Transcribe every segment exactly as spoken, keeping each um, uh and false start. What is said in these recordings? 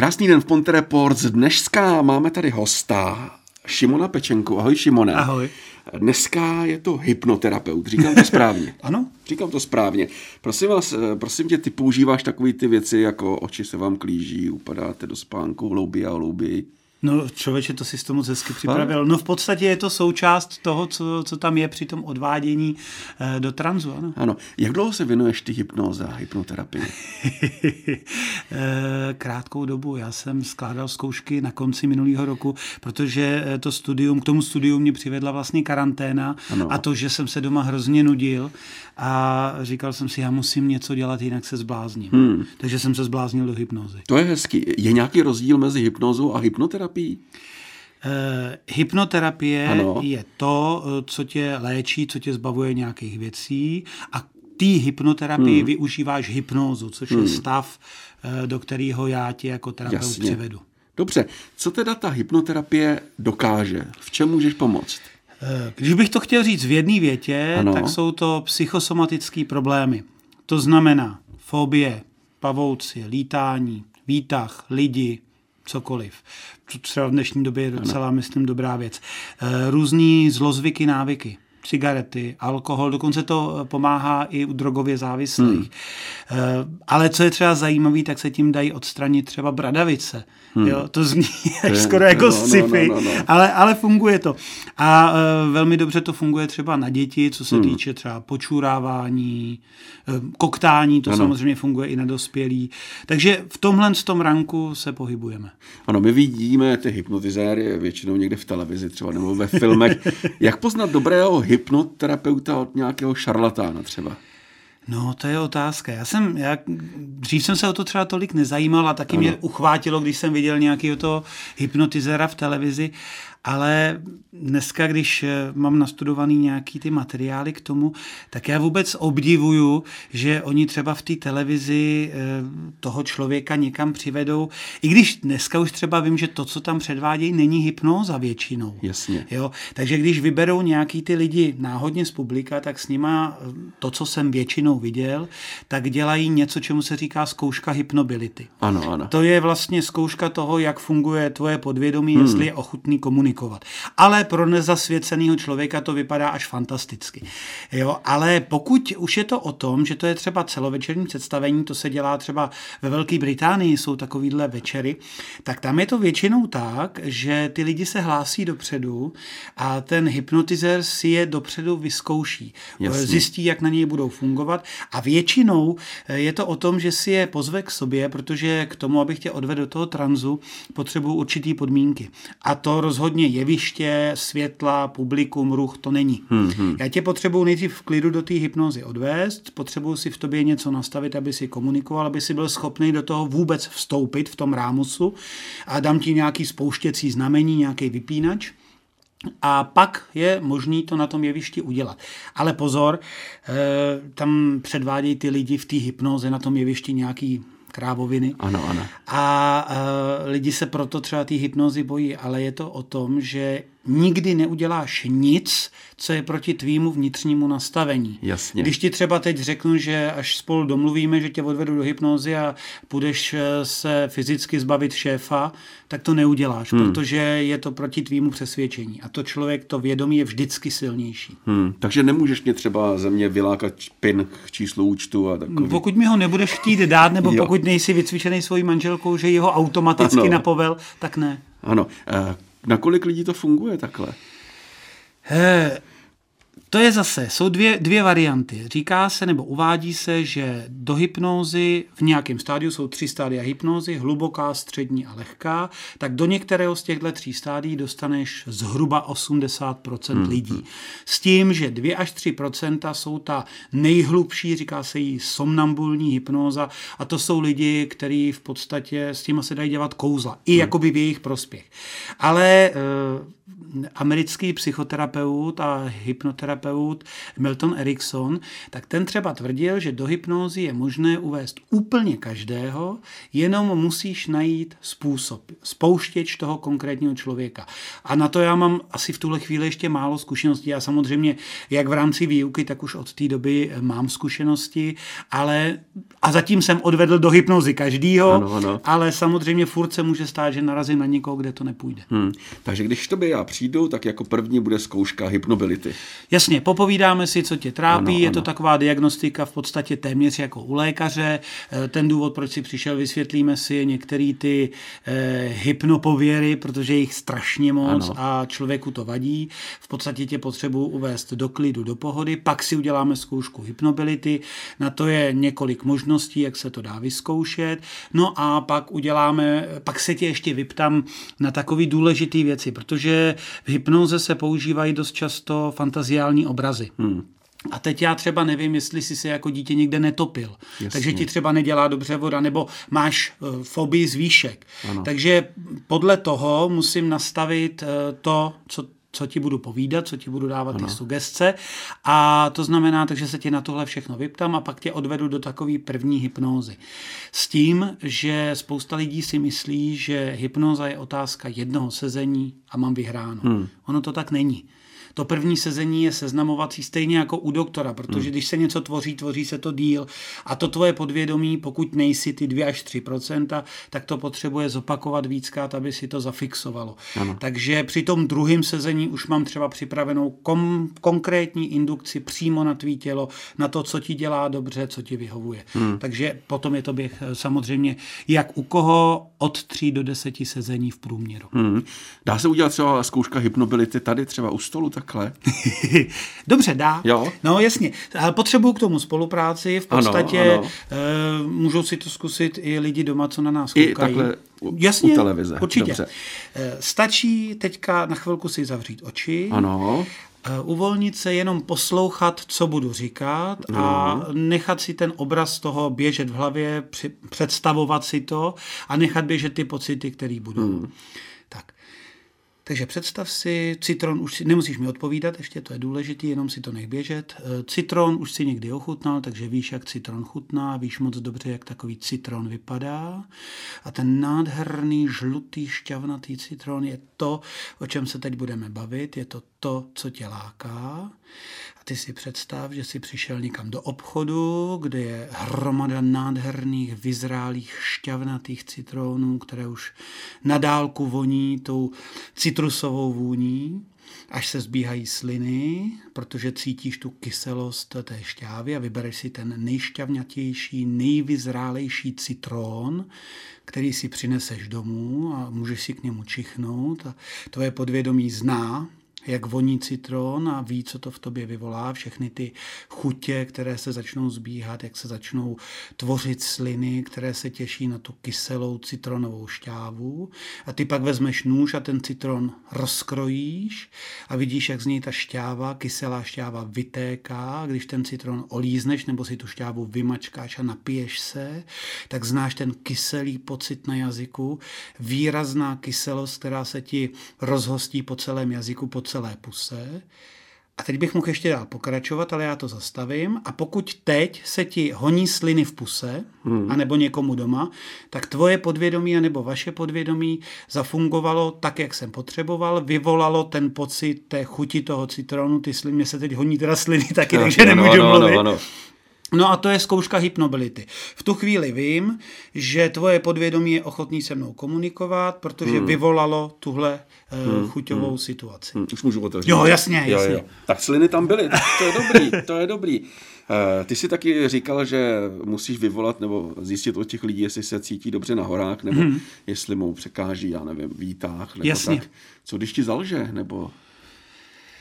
Krásný den v Ponte Reports. Dneska máme tady hosta, Šimona Pečenku. Ahoj, Šimone. Ahoj. Dneska je to hypnoterapeut. Říkám to správně? Ano. Říkám to správně. Prosím vás, prosím tě, ty používáš takový ty věci, jako oči se vám klíží, upadáte do spánku, hlouběji a hlouběji. No člověče, to si z tomu hezky připravil. No v podstatě je to součást toho, co, co tam je při tom odvádění eh, do tranzu, ano. Ano. Jak dlouho se věnuješ ty hypnóze a hypnoterapii? Krátkou dobu. Já jsem skládal zkoušky na konci minulého roku, protože to studium, k tomu studiu mě přivedla vlastně karanténa, ano. A to, že jsem se doma hrozně nudil a říkal jsem si, já musím něco dělat, jinak se zblázním. Hmm. Takže jsem se zbláznil do hypnózy. To je hezký. Je nějaký rozdíl mezi hypnózou a hypnoterapií? Uh, hypnoterapie ano. je to, co tě léčí, co tě zbavuje nějakých věcí a ty hypnoterapii hmm. využíváš hypnózu, což hmm. je stav, do kterého já tě jako terapeut Jasně. přivedu. Dobře, co teda ta hypnoterapie dokáže? V čem můžeš pomoct? Když bych to chtěl říct v jedné větě, ano. tak jsou to psychosomatické problémy. To znamená fobie, pavouci, lítání, výtah, lidi, cokoliv. To třeba v dnešní době je docela, ano. myslím, dobrá věc. Různý zlozvyky, návyky. Cigarety, alkohol, dokonce to pomáhá i u drogově závislých. Hmm. Ale co je třeba zajímavé, tak se tím dají odstranit třeba bradavice. Hmm. Jo, to zní až skoro jako z sci-fi, no, no, no, no. ale, ale funguje to. A uh, velmi dobře to funguje třeba na děti, co se hmm. týče třeba počurávání, uh, koktání, to ano. samozřejmě funguje i na dospělí. Takže v tomhle z tom ranku se pohybujeme. Ano, my vidíme ty hypnotizéry většinou někde v televizi třeba nebo ve filmech. Jak poznat dobrého hypnoterapeuta od nějakého šarlatána třeba? No, to je otázka. Já jsem, já, dřív jsem se o to třeba tolik nezajímal a taky ano. mě uchvátilo, když jsem viděl nějakého toho hypnotizéra v televizi, ale dneska, když mám nastudovaný nějaký ty materiály k tomu, tak já vůbec obdivuju, že oni třeba v té televizi toho člověka někam přivedou, i když dneska už třeba vím, že to, co tam předvádějí, není hypnóza většinou. Jasně. Jo? Takže když vyberou nějaký ty lidi náhodně z publika, tak s nima to, co jsem většinou viděl, tak dělají něco, čemu se říká zkouška hypnobility. Ano, ano. To je vlastně zkouška toho, jak funguje tvoje podvědomí, hmm. jestli je ochotný komunikovat. Ale pro nezasvěceného člověka to vypadá až fantasticky. Jo, ale pokud už je to o tom, že to je třeba celovečerní představení, to se dělá třeba ve Velké Británii, jsou takovýhle večery, tak tam je to většinou tak, že ty lidi se hlásí dopředu a ten hypnotizér si je dopředu vyzkouší. Jasně. Zjistí, jak na něj budou fungovat a většinou je to o tom, že si je pozve k sobě, protože k tomu, abych tě odvedl do toho tranzu, potřebuji určitý podmínky. A to rozhodně jeviště, světla, publikum, ruch, to není. Hmm, hmm. Já tě potřebuji nejdřív v klidu do té hypnózy odvést, potřebuji si v tobě něco nastavit, aby si komunikoval, aby si byl schopný do toho vůbec vstoupit v tom rámusu a dám ti nějaký spouštěcí znamení, nějaký vypínač. A pak je možný to na tom jevišti udělat. Ale pozor, tam předvádějí ty lidi v té hypnoze na tom jevišti nějaký krávoviny. Ano, ano. A uh, lidi se proto třeba té hypnozy bojí, ale je to o tom, že nikdy neuděláš nic, co je proti tvýmu vnitřnímu nastavení. Jasně. Když ti třeba teď řeknu, že až spolu domluvíme, že tě odvedu do hypnozy a půjdeš se fyzicky zbavit šéfa, tak to neuděláš, hmm. protože je to proti tvýmu přesvědčení. A to člověk, to vědomí je vždycky silnější. Hmm. Takže nemůžeš mě třeba ze mě vylákat pin k číslu účtu a takový. Pokud mi ho nebudeš chtít dát, nebo pokud nejsi vycvičený svojí manželkou, že jeho automaticky ano. napovel, tak ne. Ano. Uh, na kolik lidí to funguje takhle? He, to je zase, jsou dvě, dvě varianty. Říká se nebo uvádí se, že do hypnózy v nějakém stádiu jsou tři stádia hypnózy, hluboká, střední a lehká, tak do některého z těchto tří stádií dostaneš zhruba osmdesát procent hmm. lidí. S tím, že dva až tři procenta jsou ta nejhlubší, říká se jí somnambulní hypnóza a to jsou lidi, kteří v podstatě s tím se dají dělat kouzla. I hmm. jakoby v jejich prospěch. Ale americký psychoterapeut a hypnoterapeut Milton Erickson, tak ten třeba tvrdil, že do hypnózy je možné uvést úplně každého, jenom musíš najít způsob, spouštěč toho konkrétního člověka. A na to já mám asi v tuhle chvíli ještě málo zkušeností. Já samozřejmě jak v rámci výuky, tak už od té doby mám zkušenosti, ale a zatím jsem odvedl do hypnózy každýho, ano, ano. Ale samozřejmě furt se může stát, že narazím na někoho, kde to nepůjde. Hmm. Takže když to by já přijdu, tak jako první bude zkouška hypnobility. Jasně, popovídáme si, co tě trápí, ano, je ano. to taková diagnostika v podstatě téměř jako u lékaře. Ten důvod, proč si přišel, vysvětlíme si některé ty eh, hypnopověry, protože je jich strašně moc ano. A člověku to vadí. V podstatě tě potřebuji uvést do klidu, do pohody, pak si uděláme zkoušku hypnobility, na to je několik možností, jak se to dá vyzkoušet, no a pak uděláme, pak se tě ještě vyptám na takový důležitý věci, protože v hypnoze se používají dost často fantaziální obrazy. Hmm. A teď já třeba nevím, jestli jsi se jako dítě někde netopil. Jasně. Takže ti třeba nedělá dobře voda, nebo máš uh, fobii z výšek. Ano. Takže podle toho musím nastavit uh, to, co co ti budu povídat, co ti budu dávat ano. ty sugestce a to znamená, takže se tě na tohle všechno vyptám a pak tě odvedu do takové první hypnózy. S tím, že spousta lidí si myslí, že hypnóza je otázka jednoho sezení a mám vyhráno. Hmm. Ono to tak není. To první sezení je seznamovací stejně jako u doktora, protože hmm. když se něco tvoří, tvoří se to díl a to tvoje podvědomí, pokud nejsi ty dvě až tři procenta, tak to potřebuje zopakovat víckrát, aby si to zafixovalo. Ano. Takže při tom druhém sezení už mám třeba připravenou kom, konkrétní indukci přímo na tvý tělo, na to, co ti dělá dobře, co ti vyhovuje. Hmm. Takže potom je to běh samozřejmě jak u koho od tří do deseti sezení v průměru. Hmm. Dá se udělat třeba zkouška hypnobility tady třeba u stolu takhle? Dobře, dá. Jo? No jasně. Ale potřebuju k tomu spolupráci. V podstatě ano, ano. E, můžou si to zkusit i lidi doma, co na nás koukají. I takhle u, jasně, u televize. Určitě. Dobře. E, stačí teďka na chvilku si zavřít oči. Ano. Uvolnit se, jenom poslouchat, co budu říkat a nechat si ten obraz toho běžet v hlavě, představovat si to a nechat běžet ty pocity, které budou. Hmm. Tak. Takže představ si, citron už si, nemusíš mi odpovídat, ještě to je důležité, jenom si to nech běžet. Citron už si někdy ochutnal, takže víš, jak citron chutná, víš moc dobře, jak takový citron vypadá. A ten nádherný, žlutý, šťavnatý citron je to, o čem se teď budeme bavit, je to to, co tě láká. A ty si představ, že jsi přišel někam do obchodu, kde je hromada nádherných, vyzrálých, šťavnatých citronů, které už na dálku voní tou citrusovou vůní, až se zbíhají sliny, protože cítíš tu kyselost té šťávy a vybereš si ten nejšťavnatější, nejvyzrálejší citron, který si přineseš domů a můžeš si k němu čichnout a tvoje podvědomí zná, jak voní citron a ví, co to v tobě vyvolá, všechny ty chutě, které se začnou zbíhat, jak se začnou tvořit sliny, které se těší na tu kyselou citronovou šťávu. A ty pak vezmeš nůž a ten citron rozkrojíš a vidíš, jak z něj ta šťáva, kyselá šťáva vytéká. A když ten citron olízneš nebo si tu šťávu vymačkáš a napiješ se, tak znáš ten kyselý pocit na jazyku, výrazná kyselost, která se ti rozhostí po celém jazyku, po celé puse. A teď bych mohl ještě dál pokračovat, ale já to zastavím. A pokud teď se ti honí sliny v puse, hmm. anebo někomu doma, tak tvoje podvědomí anebo vaše podvědomí zafungovalo tak, jak jsem potřeboval, vyvolalo ten pocit té chuti toho citronu, ty sliny, mě se teď honí teda sliny taky, no, takže nemůžu no, mluvit. No, no, no. No a to je zkouška hypnobility. V tu chvíli vím, že tvoje podvědomí je ochotný se mnou komunikovat, protože hmm. vyvolalo tuhle uh, hmm. chuťovou hmm. situaci. Hmm. Už můžu otevřít. Jo, jasně, jasně. Jo, jo. Tak sliny tam byly, to je dobrý, to je dobrý. Uh, ty jsi taky říkal, že musíš vyvolat nebo zjistit od těch lidí, jestli se cítí dobře na horách, nebo hmm. jestli mu překáží, já nevím, výtah, nebo jasně. tak. Co když ti zalže, nebo...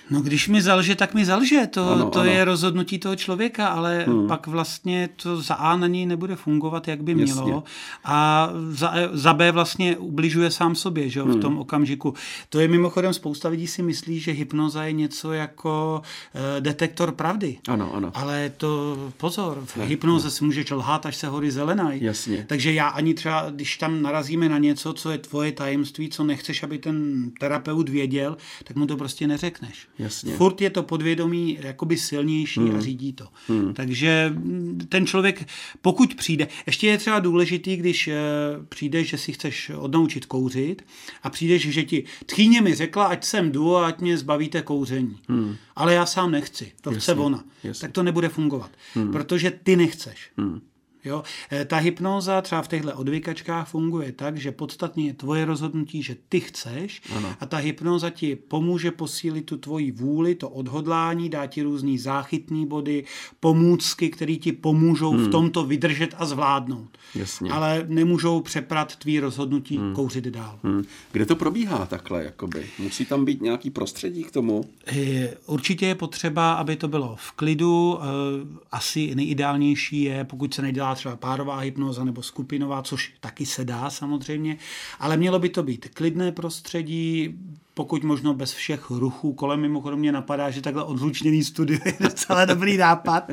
No když mi zalže, tak mi zalže. To, ano, to ano. je rozhodnutí toho člověka, ale hmm. pak vlastně to za A na něj nebude fungovat, jak by mělo. Jasně. A za, za B vlastně ubližuje sám sobě, že jo, hmm. v tom okamžiku. To je mimochodem, spousta lidí si myslí, že hypnoza je něco jako uh, detektor pravdy. Ano, ano. Ale to pozor, v ne, hypnoze ne. si můžeš lhát, až se hory zelenají. Jasně. Takže já ani třeba, když tam narazíme na něco, co je tvoje tajemství, co nechceš, aby ten terapeut věděl, tak mu to prostě neřekneš. Jasně. Furt je to podvědomí jakoby silnější hmm. a řídí to. Hmm. Takže ten člověk, pokud přijde, ještě je třeba důležitý, když e, přijdeš, že si chceš odnaučit kouřit a přijdeš, že ti tchýně mi řekla, ať sem jdu a ať mě zbavíte kouření. Hmm. Ale já sám nechci, to jasně, chce ona. Jasně. Tak to nebude fungovat, hmm. protože ty nechceš. Hmm. Jo? Ta hypnóza třeba v těchto odvykačkách funguje tak, že podstatně je tvoje rozhodnutí, že ty chceš ano. a ta hypnóza ti pomůže posílit tu tvoji vůli, to odhodlání, dá ti různý záchytný body, pomůcky, které ti pomůžou hmm. v tomto vydržet a zvládnout. Jasně. Ale nemůžou přeprat tvý rozhodnutí hmm. kouřit dál. Hmm. Kde to probíhá takhle? Jakoby? Musí tam být nějaký prostředí k tomu? Určitě je potřeba, aby to bylo v klidu. Asi nejideálnější je, pokud se nedělá třeba párová hypnóza nebo skupinová, což taky se dá samozřejmě, ale mělo by to být klidné prostředí, pokud možno bez všech ruchů. Kolem mimochodem mě napadá, že takhle odhlučněný studio je docela dobrý nápad.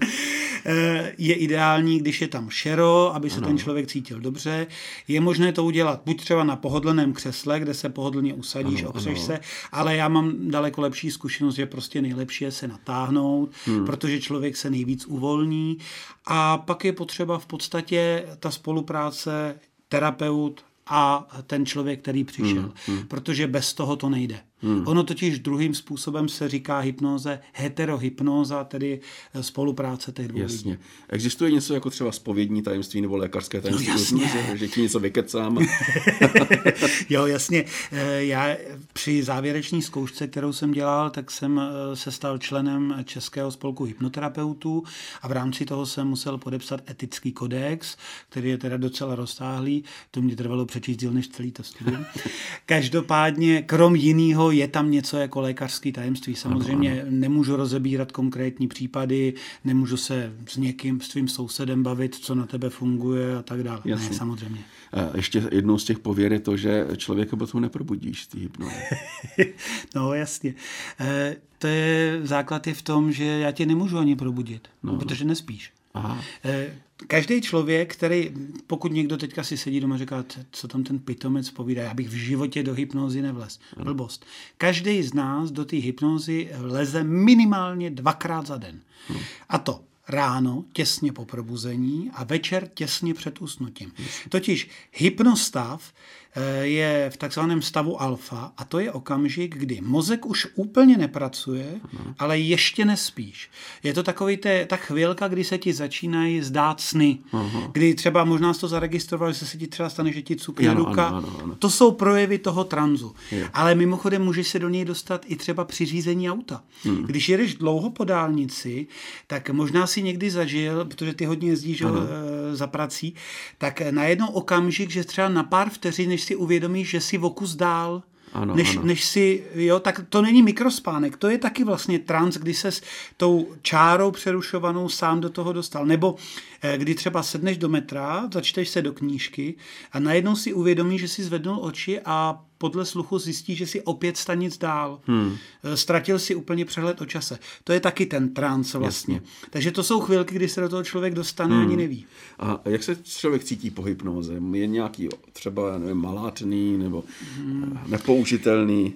Je ideální, když je tam šero, aby se ano. ten člověk cítil dobře. Je možné to udělat buď třeba na pohodlném křesle, kde se pohodlně usadíš, ano, opřeš ano. se, ale já mám daleko lepší zkušenost, že prostě nejlepší je se natáhnout, hmm. protože člověk se nejvíc uvolní a pak je potřeba v podstatě ta spolupráce terapeut a ten člověk, který přišel. Hmm, hmm. Protože bez toho to nejde. Hmm. Ono totiž druhým způsobem se říká hypnóze heterohypnóza, tedy spolupráce těch dvou Jasně. lidí. Existuje něco jako třeba zpovědní tajemství nebo lékařské tajemství? No, jasně. Že ti něco vykecám? Jo, jasně. Já při závěreční zkoušce, kterou jsem dělal, tak jsem se stal členem Českého spolku hypnoterapeutů a v rámci toho jsem musel podepsat etický kodex, který je teda docela rozsáhlý. To mě trvalo přečíst díl než celý to studium. Každopádně, krom jiného, je tam něco jako lékařský tajemství. Samozřejmě ano, ano. nemůžu rozebírat konkrétní případy, nemůžu se s někým, s tvým sousedem bavit, co na tebe funguje a tak dále. Ne, samozřejmě. A ještě jednou z těch pověr je to, že člověka potom neprobudíš z té hypnozy. No jasně. E, to je základ je v tom, že já tě nemůžu ani probudit, no, protože nespíš. Aha. E, Každý člověk, který, pokud někdo teďka si sedí doma a říká, co tam ten pitomec povídá, já bych v životě do hypnózy nevlez. Blbost. Každý z nás do té hypnózy leze minimálně dvakrát za den. Hmm. A to ráno, těsně po probuzení a večer těsně před usnutím. Totiž hypnostav je v takzvaném stavu alfa a to je okamžik, kdy mozek už úplně nepracuje, uh-huh. ale ještě nespíš. Je to takový té, ta chvilka, kdy se ti začínají zdát sny. Uh-huh. Kdy třeba možná jsi to zaregistroval, že se ti třeba stane, že ti cukne ano, ruka. Ano, ano, ano. To jsou projevy toho tranzu. Je. Ale mimochodem můžeš se do něj dostat i třeba při řízení auta. Hmm. Když jedeš dlouho po dálnici, tak možná si někdy zažil, protože ty hodně jezdíš ano. za prací, tak najednou okamžik, že třeba na pár vteřin, než si uvědomíš, že si o kus dál, ano, než, ano. než si, jo, tak to není mikrospánek, to je taky vlastně trans, kdy ses tou čárou přerušovanou sám do toho dostal. Nebo eh, kdy třeba sedneš do metra, začteš se do knížky a najednou si uvědomíš, že si zvednul oči a podle sluchu zjistíš, že si opět stanic dál. Hmm. Ztratil si úplně přehled o čase. To je taky ten trans vlastně. Jasně. Takže to jsou chvilky, kdy se do toho člověk dostane hmm. ani neví. A jak se člověk cítí po hypnoze? Je nějaký třeba nevím, malátný nebo hmm. nepoužitelný?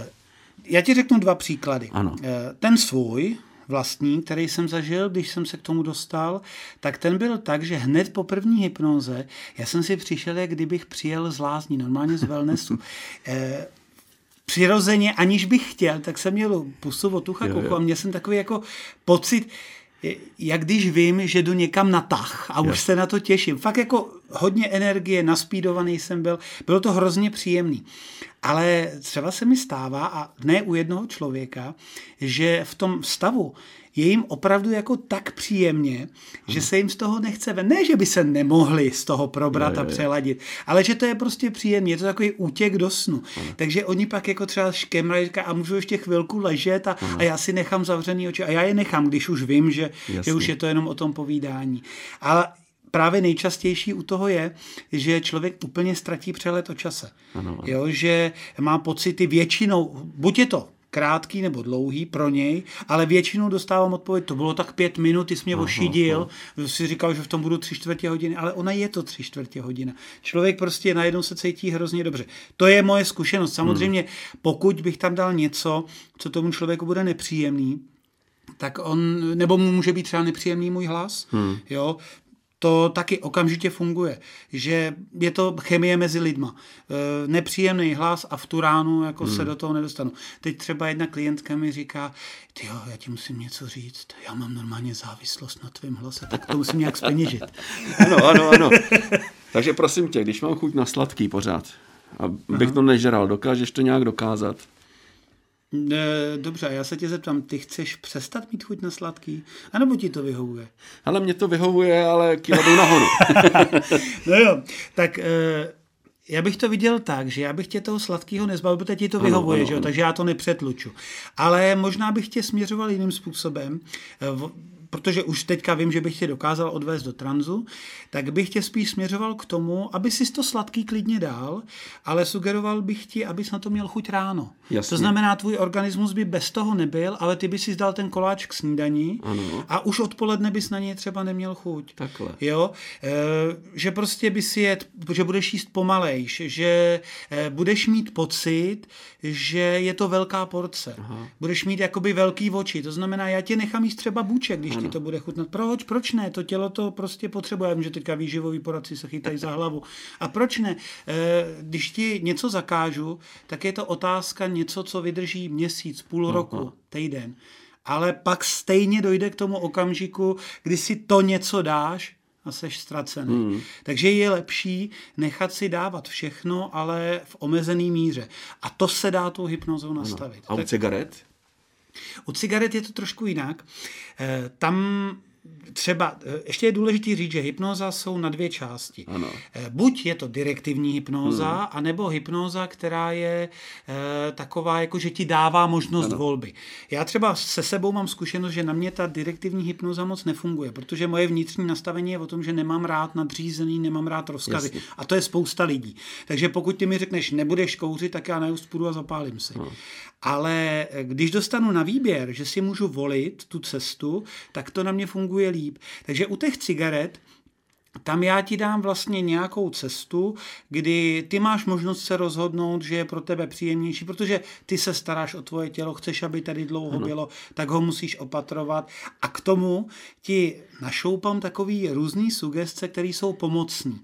Já ti řeknu dva příklady. Ano. Ten svůj vlastní, který jsem zažil, když jsem se k tomu dostal, tak ten byl tak, že hned po první hypnoze já jsem si přišel, jak kdybych přijel z lázní, normálně z wellnessu. E, přirozeně, aniž bych chtěl, tak jsem měl pusu od ucha koku a měl jsem takový jako pocit, jak když vím, že jdu někam na tah a už yes. se na to těším. Fakt jako hodně energie, naspídovaný jsem byl. Bylo to hrozně příjemný. Ale třeba se mi stává, a ne u jednoho člověka, že v tom stavu je jim opravdu jako tak příjemně, že se jim z toho nechce ven. Ne, že by se nemohli z toho probrat je, a přeladit, ale že to je prostě příjemně, je to takový útěk do snu. Ano. Takže oni pak jako třeba škemrají, říkají, a můžu ještě chvilku ležet a, a já si nechám zavřený oči a já je nechám, když už vím, že, že už je to jenom o tom povídání. Ale právě nejčastější u toho je, že člověk úplně ztratí přehled o čase. Ano, ano. Jo, že má pocity většinou, buď je to krátký nebo dlouhý pro něj, ale většinou dostávám odpověď, to bylo tak pět minut, ty jsi mě ošidil, si říkal, že v tom budu tři čtvrtě hodiny, ale ona je to tři čtvrtě hodina. Člověk prostě najednou se cítí hrozně dobře. To je moje zkušenost. Samozřejmě, hmm. pokud bych tam dal něco, co tomu člověku bude nepříjemný, tak on, nebo mu může být třeba nepříjemný můj hlas, hmm. jo, to taky okamžitě funguje, že je to chemie mezi lidma. E, nepříjemný hlas a v tu ránu jako hmm. se do toho nedostanu. Teď třeba jedna klientka mi říká, tyjo, já ti musím něco říct, já mám normálně závislost na tvém hlase, tak to musím nějak zpeněžit. Ano, ano, ano. Takže prosím tě, když mám chuť na sladký pořád, abych Aha. to nežral, dokážeš to nějak dokázat? Dobře, já se tě zeptám, ty chceš přestat mít chuť na sladký? A nebo ti to vyhovuje? Ale mě to vyhovuje, ale kila jdou nahoru. No jo, tak já bych to viděl tak, že já bych tě toho sladkého nezbavil, protože ti to ano, vyhovuje, ano, že jo? Takže já to nepřetluču. Ale možná bych tě směřoval jiným způsobem, protože už teďka vím, že bych tě dokázal odvést do tranzu, tak bych tě spíš směřoval k tomu, aby si to sladký klidně dál, ale sugeroval bych ti, abys na to měl chuť ráno. Jasně. To znamená, tvůj organismus by bez toho nebyl, ale ty bys si dal ten koláč k snídani ano. a už odpoledne bys na něj třeba neměl chuť. Takhle. Jo? E, že prostě bys jet, že budeš jíst pomalejš, že e, budeš mít pocit, že je to velká porce. Aha. Budeš mít jakoby velký oči. To znamená, já tě nechám jíst třeba bůček, když ti to bude chutnat. Proč? Proč ne? To tělo to prostě potřebuje. Já vím, že teďka výživoví poradci se chytají za hlavu. A proč ne? E, když ti něco zakážu, tak je to otázka něco, co vydrží měsíc, půl Aha. roku, týden. Ale pak stejně dojde k tomu okamžiku, kdy si to něco dáš a seš ztracený. Mm. Takže je lepší nechat si dávat všechno, ale v omezený míře. A to se dá tou hypnozou nastavit. Ano. A u cigaret? U cigaret je to trošku jinak. E, tam třeba, ještě je důležité říct, že hypnóza jsou na dvě části. Ano. Buď je to direktivní hypnóza, hmm. anebo hypnóza, která je e, taková, jako že ti dává možnost ano. volby. Já třeba se sebou mám zkušenost, že na mě ta direktivní hypnóza moc nefunguje, protože moje vnitřní nastavení je o tom, že nemám rád nadřízený, nemám rád rozkazy. Jasně. A to je spousta lidí. Takže pokud ty mi řekneš, nebudeš kouřit, tak já najust půjdu a zapálím si. No. Ale když dostanu na výběr, že si můžu volit tu cestu, tak to na mě funguje líp. Takže u těch cigaret, tam já ti dám vlastně nějakou cestu, kdy ty máš možnost se rozhodnout, že je pro tebe příjemnější, protože ty se staráš o tvoje tělo, chceš, aby tady dlouho ano. bylo, tak ho musíš opatrovat. A k tomu ti našoupám takový různý sugestce, které jsou pomocný.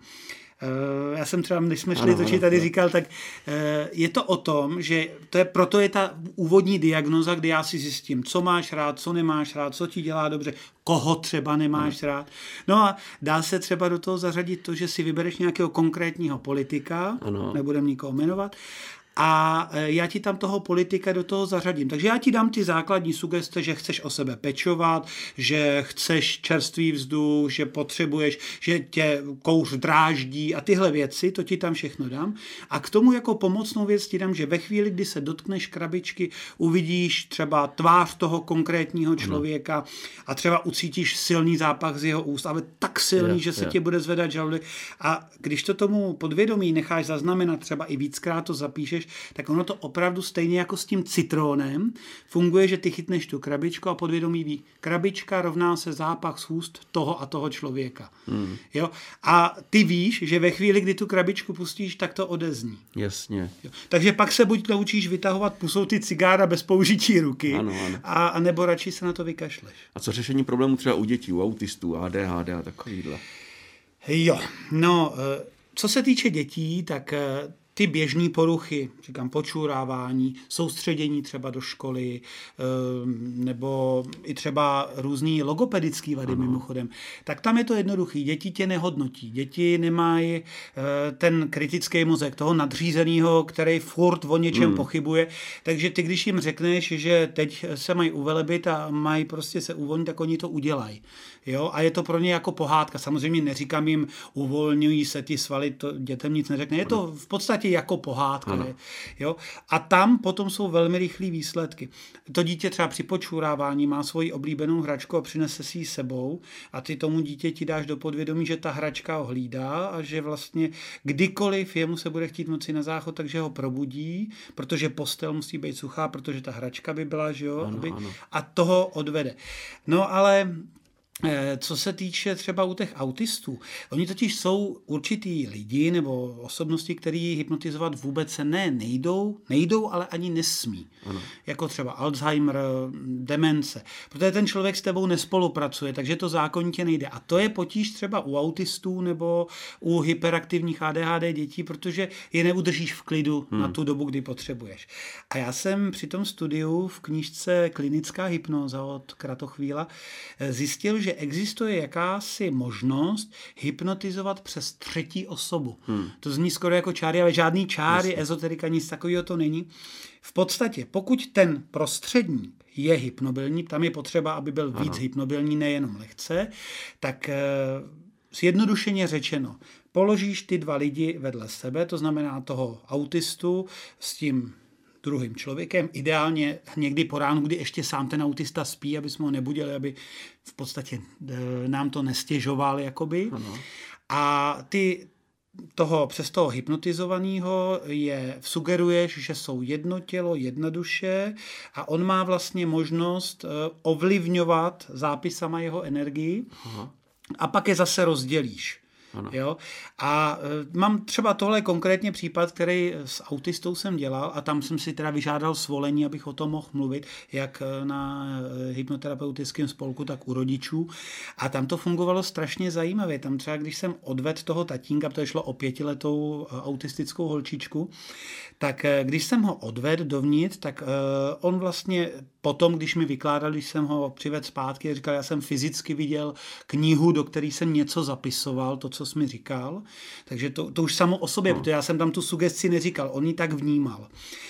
Já jsem třeba, když jsme šli ano, točit, tady ano. říkal, tak je to o tom, že to je, proto je ta úvodní diagnoza, kdy já si zjistím, co máš rád, co nemáš rád, co ti dělá dobře, koho třeba nemáš ano. rád. No a dá se třeba do toho zařadit to, že si vybereš nějakého konkrétního politika, ano. nebudem nikoho jmenovat, a já ti tam toho politika do toho zařadím. Takže já ti dám ty základní sugestce, že chceš o sebe pečovat, že chceš čerstvý vzduch, že potřebuješ, že tě kouř dráždí a tyhle věci, to ti tam všechno dám. A k tomu jako pomocnou věc ti dám, že ve chvíli, kdy se dotkneš krabičky, uvidíš třeba tvář toho konkrétního člověka a třeba ucítíš silný zápach z jeho úst, ale tak silný, je, že se je. ti bude zvedat žaludek. A když to tomu podvědomí necháš zaznamenat, třeba i víckrát to zapíšeš, tak ono to opravdu stejně jako s tím citrónem funguje, že ty chytneš tu krabičku a podvědomí ví, krabička rovná se zápach z úst toho a toho člověka. Hmm. Jo? A ty víš, že ve chvíli, kdy tu krabičku pustíš, tak to odezní. Jasně. Jo? Takže pak se buď naučíš vytahovat pusou ty cigára bez použití ruky, ano, ano. A, a nebo radši se na to vykašleš. A co řešení problémů třeba u dětí, u autistů, A D H D a takovýhle? Jo, no, co se týče dětí, tak ty běžné poruchy, říkám počurávání, soustředění třeba do školy, nebo i třeba různý logopedický vady, ano. mimochodem, tak tam je to jednoduchý. Děti tě nehodnotí. Děti nemají ten kritický mozek toho nadřízeného, který furt o něčem hmm. pochybuje. Takže ty, když jim řekneš, že teď se mají uvelebit a mají prostě se uvolnit, tak oni to udělají. Jo? A je to pro ně jako pohádka. Samozřejmě neříkám jim, uvolňují se ty svaly, to dětem nic neřekne. Je to v podstatě jako pohádka. Jo? A tam potom jsou velmi rychlé výsledky. To dítě třeba při počurávání má svoji oblíbenou hračku a přinese si ji sebou a ty tomu dítěti dáš do podvědomí, že ta hračka ho hlídá a že vlastně kdykoliv jemu se bude chtít noci na záchod, takže ho probudí, protože postel musí být suchá, protože ta hračka by byla, že jo, ano, aby, ano. a toho odvede. No ale co se týče třeba u těch autistů, oni totiž jsou určitý lidi nebo osobnosti, který hypnotizovat vůbec se ne nejdou, nejdou, ale ani nesmí. Ano. Jako třeba Alzheimer, demence. Protože ten člověk s tebou nespolupracuje, takže to zákonitě nejde. A to je potíž třeba u autistů nebo u hyperaktivních A D H D dětí, protože je neudržíš v klidu hmm. na tu dobu, kdy potřebuješ. A já jsem při tom studiu v knížce Klinická hypnóza od Kratochvíla zjistil, že existuje jakási možnost hypnotizovat přes třetí osobu. Hmm. To zní skoro jako čáry, ale žádný čáry, Jasně. ezoterika, nic takového to není. V podstatě, pokud ten prostředník je hypnobilní, tam je potřeba, aby byl víc ano. hypnobilní, nejenom lehce, tak e, zjednodušeně řečeno, položíš ty dva lidi vedle sebe, to znamená toho autistu s tím druhým člověkem, ideálně někdy po ránu, kdy ještě sám ten autista spí, aby jsme ho nebudili, aby v podstatě e, nám to nestěžoval, jakoby. Ano. A ty toho, přes toho hypnotizovaného je sugeruješ, že jsou jedno tělo, jedna duše a on má vlastně možnost e, ovlivňovat zápisama jeho energii. Aha. A pak je zase rozdělíš. Jo? A e, mám třeba tohle konkrétně případ, který s autistou jsem dělal a tam jsem si teda vyžádal svolení, abych o tom mohl mluvit, jak na hypnoterapeutickém spolku, tak u rodičů. A tam to fungovalo strašně zajímavě. Tam třeba, když jsem odvedl toho tatínka, protože šlo o pětiletou autistickou holčičku, tak když jsem ho odvedl dovnitř, tak uh, on vlastně potom, když mi vykládal, když jsem ho přivedl zpátky, říkal, já jsem fyzicky viděl knihu, do které jsem něco zapisoval, to, co jsi mi říkal. Takže to, to už samo o sobě, no. protože já jsem tam tu sugesti neříkal, on ji tak vnímal.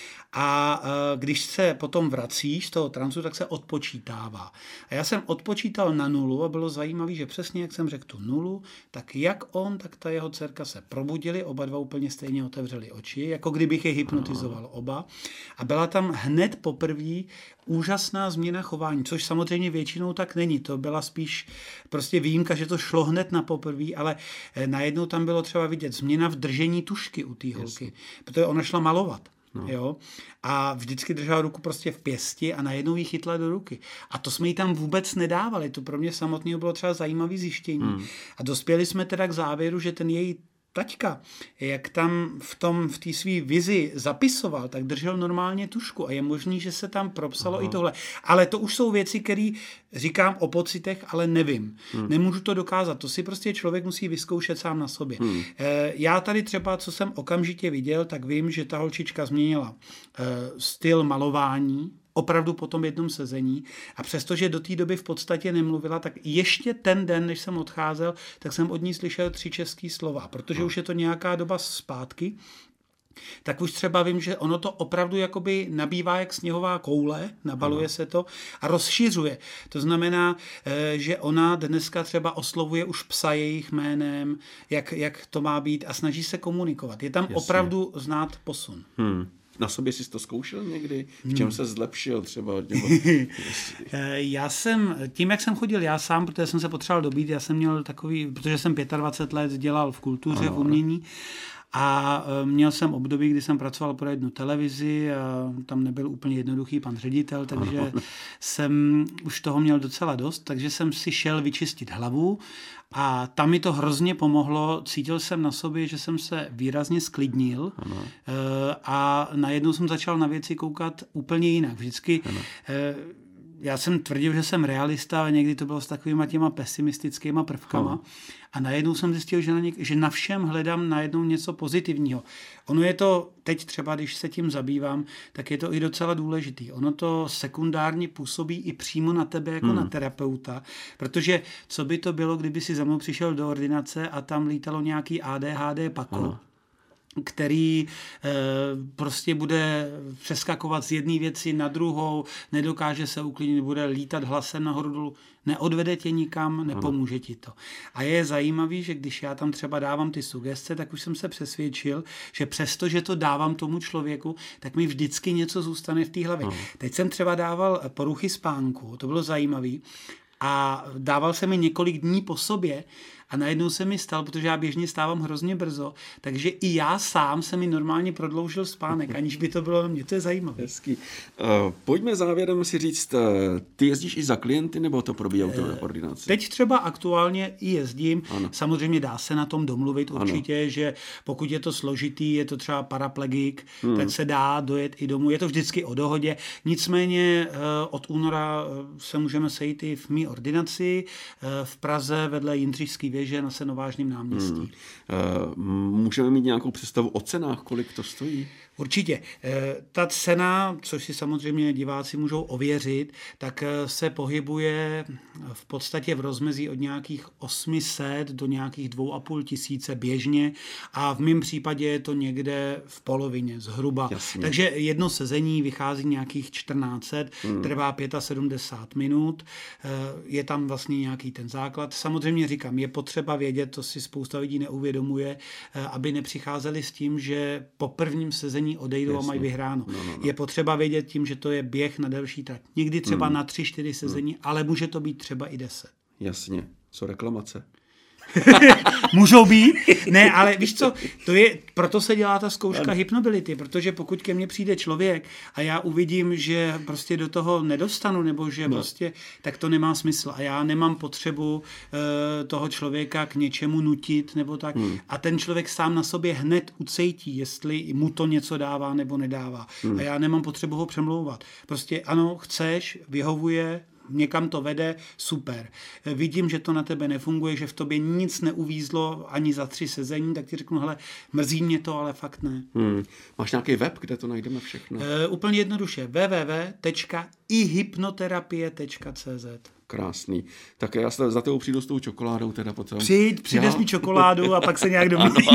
A když se potom vracíš z toho transu, tak se odpočítává. A já jsem odpočítal na nulu a bylo zajímavé, že přesně jak jsem řekl tu nulu, tak jak on, tak ta jeho dcerka se probudili, oba dva úplně stejně otevřeli oči, jako kdybych je hypnotizoval oba. A byla tam hned poprvé úžasná změna chování, což samozřejmě většinou tak není. To byla spíš prostě výjimka, že to šlo hned na poprvé, ale najednou tam bylo třeba vidět změna v držení tužky u té holky, protože ona šla malovat. No. Jo? A vždycky držela ruku prostě v pěsti a najednou ji chytla do ruky. A to jsme jí tam vůbec nedávali. To pro mě samotného bylo třeba zajímavé zjištění. Hmm. A dospěli jsme teda k závěru, že ten její taťka, jak tam v tom v té své vizi zapisoval, tak držel normálně tužku a je možný, že se tam propsalo Aha. i tohle. Ale to už jsou věci, které říkám o pocitech, ale nevím. Hmm. Nemůžu to dokázat. To si prostě člověk musí vyzkoušet sám na sobě. Hmm. E, já tady třeba, co jsem okamžitě viděl, tak vím, že ta holčička změnila e, styl malování, opravdu po tom jednom sezení. A přestože do té doby v podstatě nemluvila, tak ještě ten den, než jsem odcházel, tak jsem od ní slyšel tři český slova. Protože no. už je to nějaká doba zpátky, tak už třeba vím, že ono to opravdu jakoby nabývá jak sněhová koule, nabaluje no. se to a rozšiřuje. To znamená, že ona dneska třeba oslovuje už psa jejich jménem, jak, jak to má být a snaží se komunikovat. Je tam Jasně. opravdu znát posun. Hmm. Na sobě jsi to zkoušel někdy? V čem se zlepšil třeba? Nebo... já jsem, tím jak jsem chodil já sám, protože jsem se potřeboval dobít, já jsem měl takový, protože jsem dvacet pět let dělal v kultuře, ano, v umění a měl jsem období, kdy jsem pracoval pro jednu televizi a tam nebyl úplně jednoduchý pan ředitel, takže ano. jsem už toho měl docela dost, takže jsem si šel vyčistit hlavu a tam mi to hrozně pomohlo. Cítil jsem na sobě, že jsem se výrazně sklidnil ano. a najednou jsem začal na věci koukat úplně jinak. Vždycky ano. já jsem tvrdil, že jsem realista, ale někdy to bylo s takovýma těma pesimistickýma prvkama. Hmm. A najednou jsem zjistil, že na, něk- že na všem hledám najednou něco pozitivního. Ono je to, teď třeba, když se tím zabývám, tak je to i docela důležitý. Ono to sekundárně působí i přímo na tebe jako hmm. na terapeuta, protože co by to bylo, kdyby si za mnou přišel do ordinace a tam lítalo nějaký A D H D pako, ano. který e, prostě bude přeskakovat z jedné věci na druhou, nedokáže se uklidnit, bude lítat hlasem nahoru dolů, neodvede tě nikam, nepomůže ti to. A je zajímavý, že když já tam třeba dávám ty sugestce, tak už jsem se přesvědčil, že přesto, že to dávám tomu člověku, tak mi vždycky něco zůstane v té hlavě. Teď jsem třeba dával poruchy spánku, to bylo zajímavý, a dával jsem mi několik dní po sobě a najednou se mi stal, protože já běžně stávám hrozně brzo, takže i já sám se mi normálně prodloužil spánek, aniž by to bylo na mě. To je zajímavé. Hezký. Uh, pojďme závěrem si říct, uh, ty jezdíš i za klienty, nebo to probíhá u té ordinace? Teď třeba aktuálně i jezdím. Ano. Samozřejmě dá se na tom domluvit určitě, ano. že pokud je to složitý, je to třeba paraplegik, hmm. tak se dá dojet i domů. Je to vždycky o dohodě. Nicméně uh, od února se můžeme sejít i v mý ordinaci uh, v Praze vedle Jindřišské věže na Senovážném náměstí. Hmm. Uh, můžeme mít nějakou představu o cenách, kolik to stojí? Určitě. Ta cena, což si samozřejmě diváci můžou ověřit, tak se pohybuje v podstatě v rozmezí od nějakých osm set do nějakých dvou a půl tisíce běžně a v mém případě je to někde v polovině zhruba. Jasně. Takže jedno sezení vychází nějakých čtrnáct set, hmm. trvá sedmdesát pět minut, je tam vlastně nějaký ten základ. Samozřejmě říkám, je potřeba vědět, to si spousta lidí neuvědomuje, aby nepřicházeli s tím, že po prvním sezení odejdou Jasně. a mají vyhráno. No, no, no. Je potřeba vědět tím, že to je běh na delší trať. Někdy třeba mm. na tři, čtyři sezení, mm. ale může to být třeba i deset. Jasně. Co reklamace? Můžou být. Ne, ale víš co, to je, proto se dělá ta zkouška hypnobility, protože pokud ke mně přijde člověk a já uvidím, že prostě do toho nedostanu, nebo že no. prostě, tak to nemá smysl. A já nemám potřebu uh, toho člověka k něčemu nutit, nebo tak. Hmm. A ten člověk sám na sobě hned ucejtí, jestli mu to něco dává, nebo nedává. Hmm. A já nemám potřebu ho přemlouvat. Prostě ano, chceš, vyhovuje, někam to vede, super. Vidím, že to na tebe nefunguje, že v tobě nic neuvízlo ani za tři sezení, tak ti řeknu, hele, mrzí mě to, ale fakt ne. Hmm. Máš nějaký web, kde to najdeme všechno? E, úplně jednoduše. w w w tečka i hypnoterapie tečka c z. Krásný. Tak já za tebou přijdu s tou čokoládou teda potom. Přijď, přijdeš mi čokoládu a pak se nějak domluví.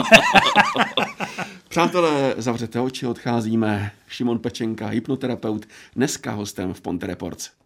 Přátelé, zavřete oči, odcházíme. Šimon Pečenka, hypnoterapeut, dneska hostem v Ponte Reports.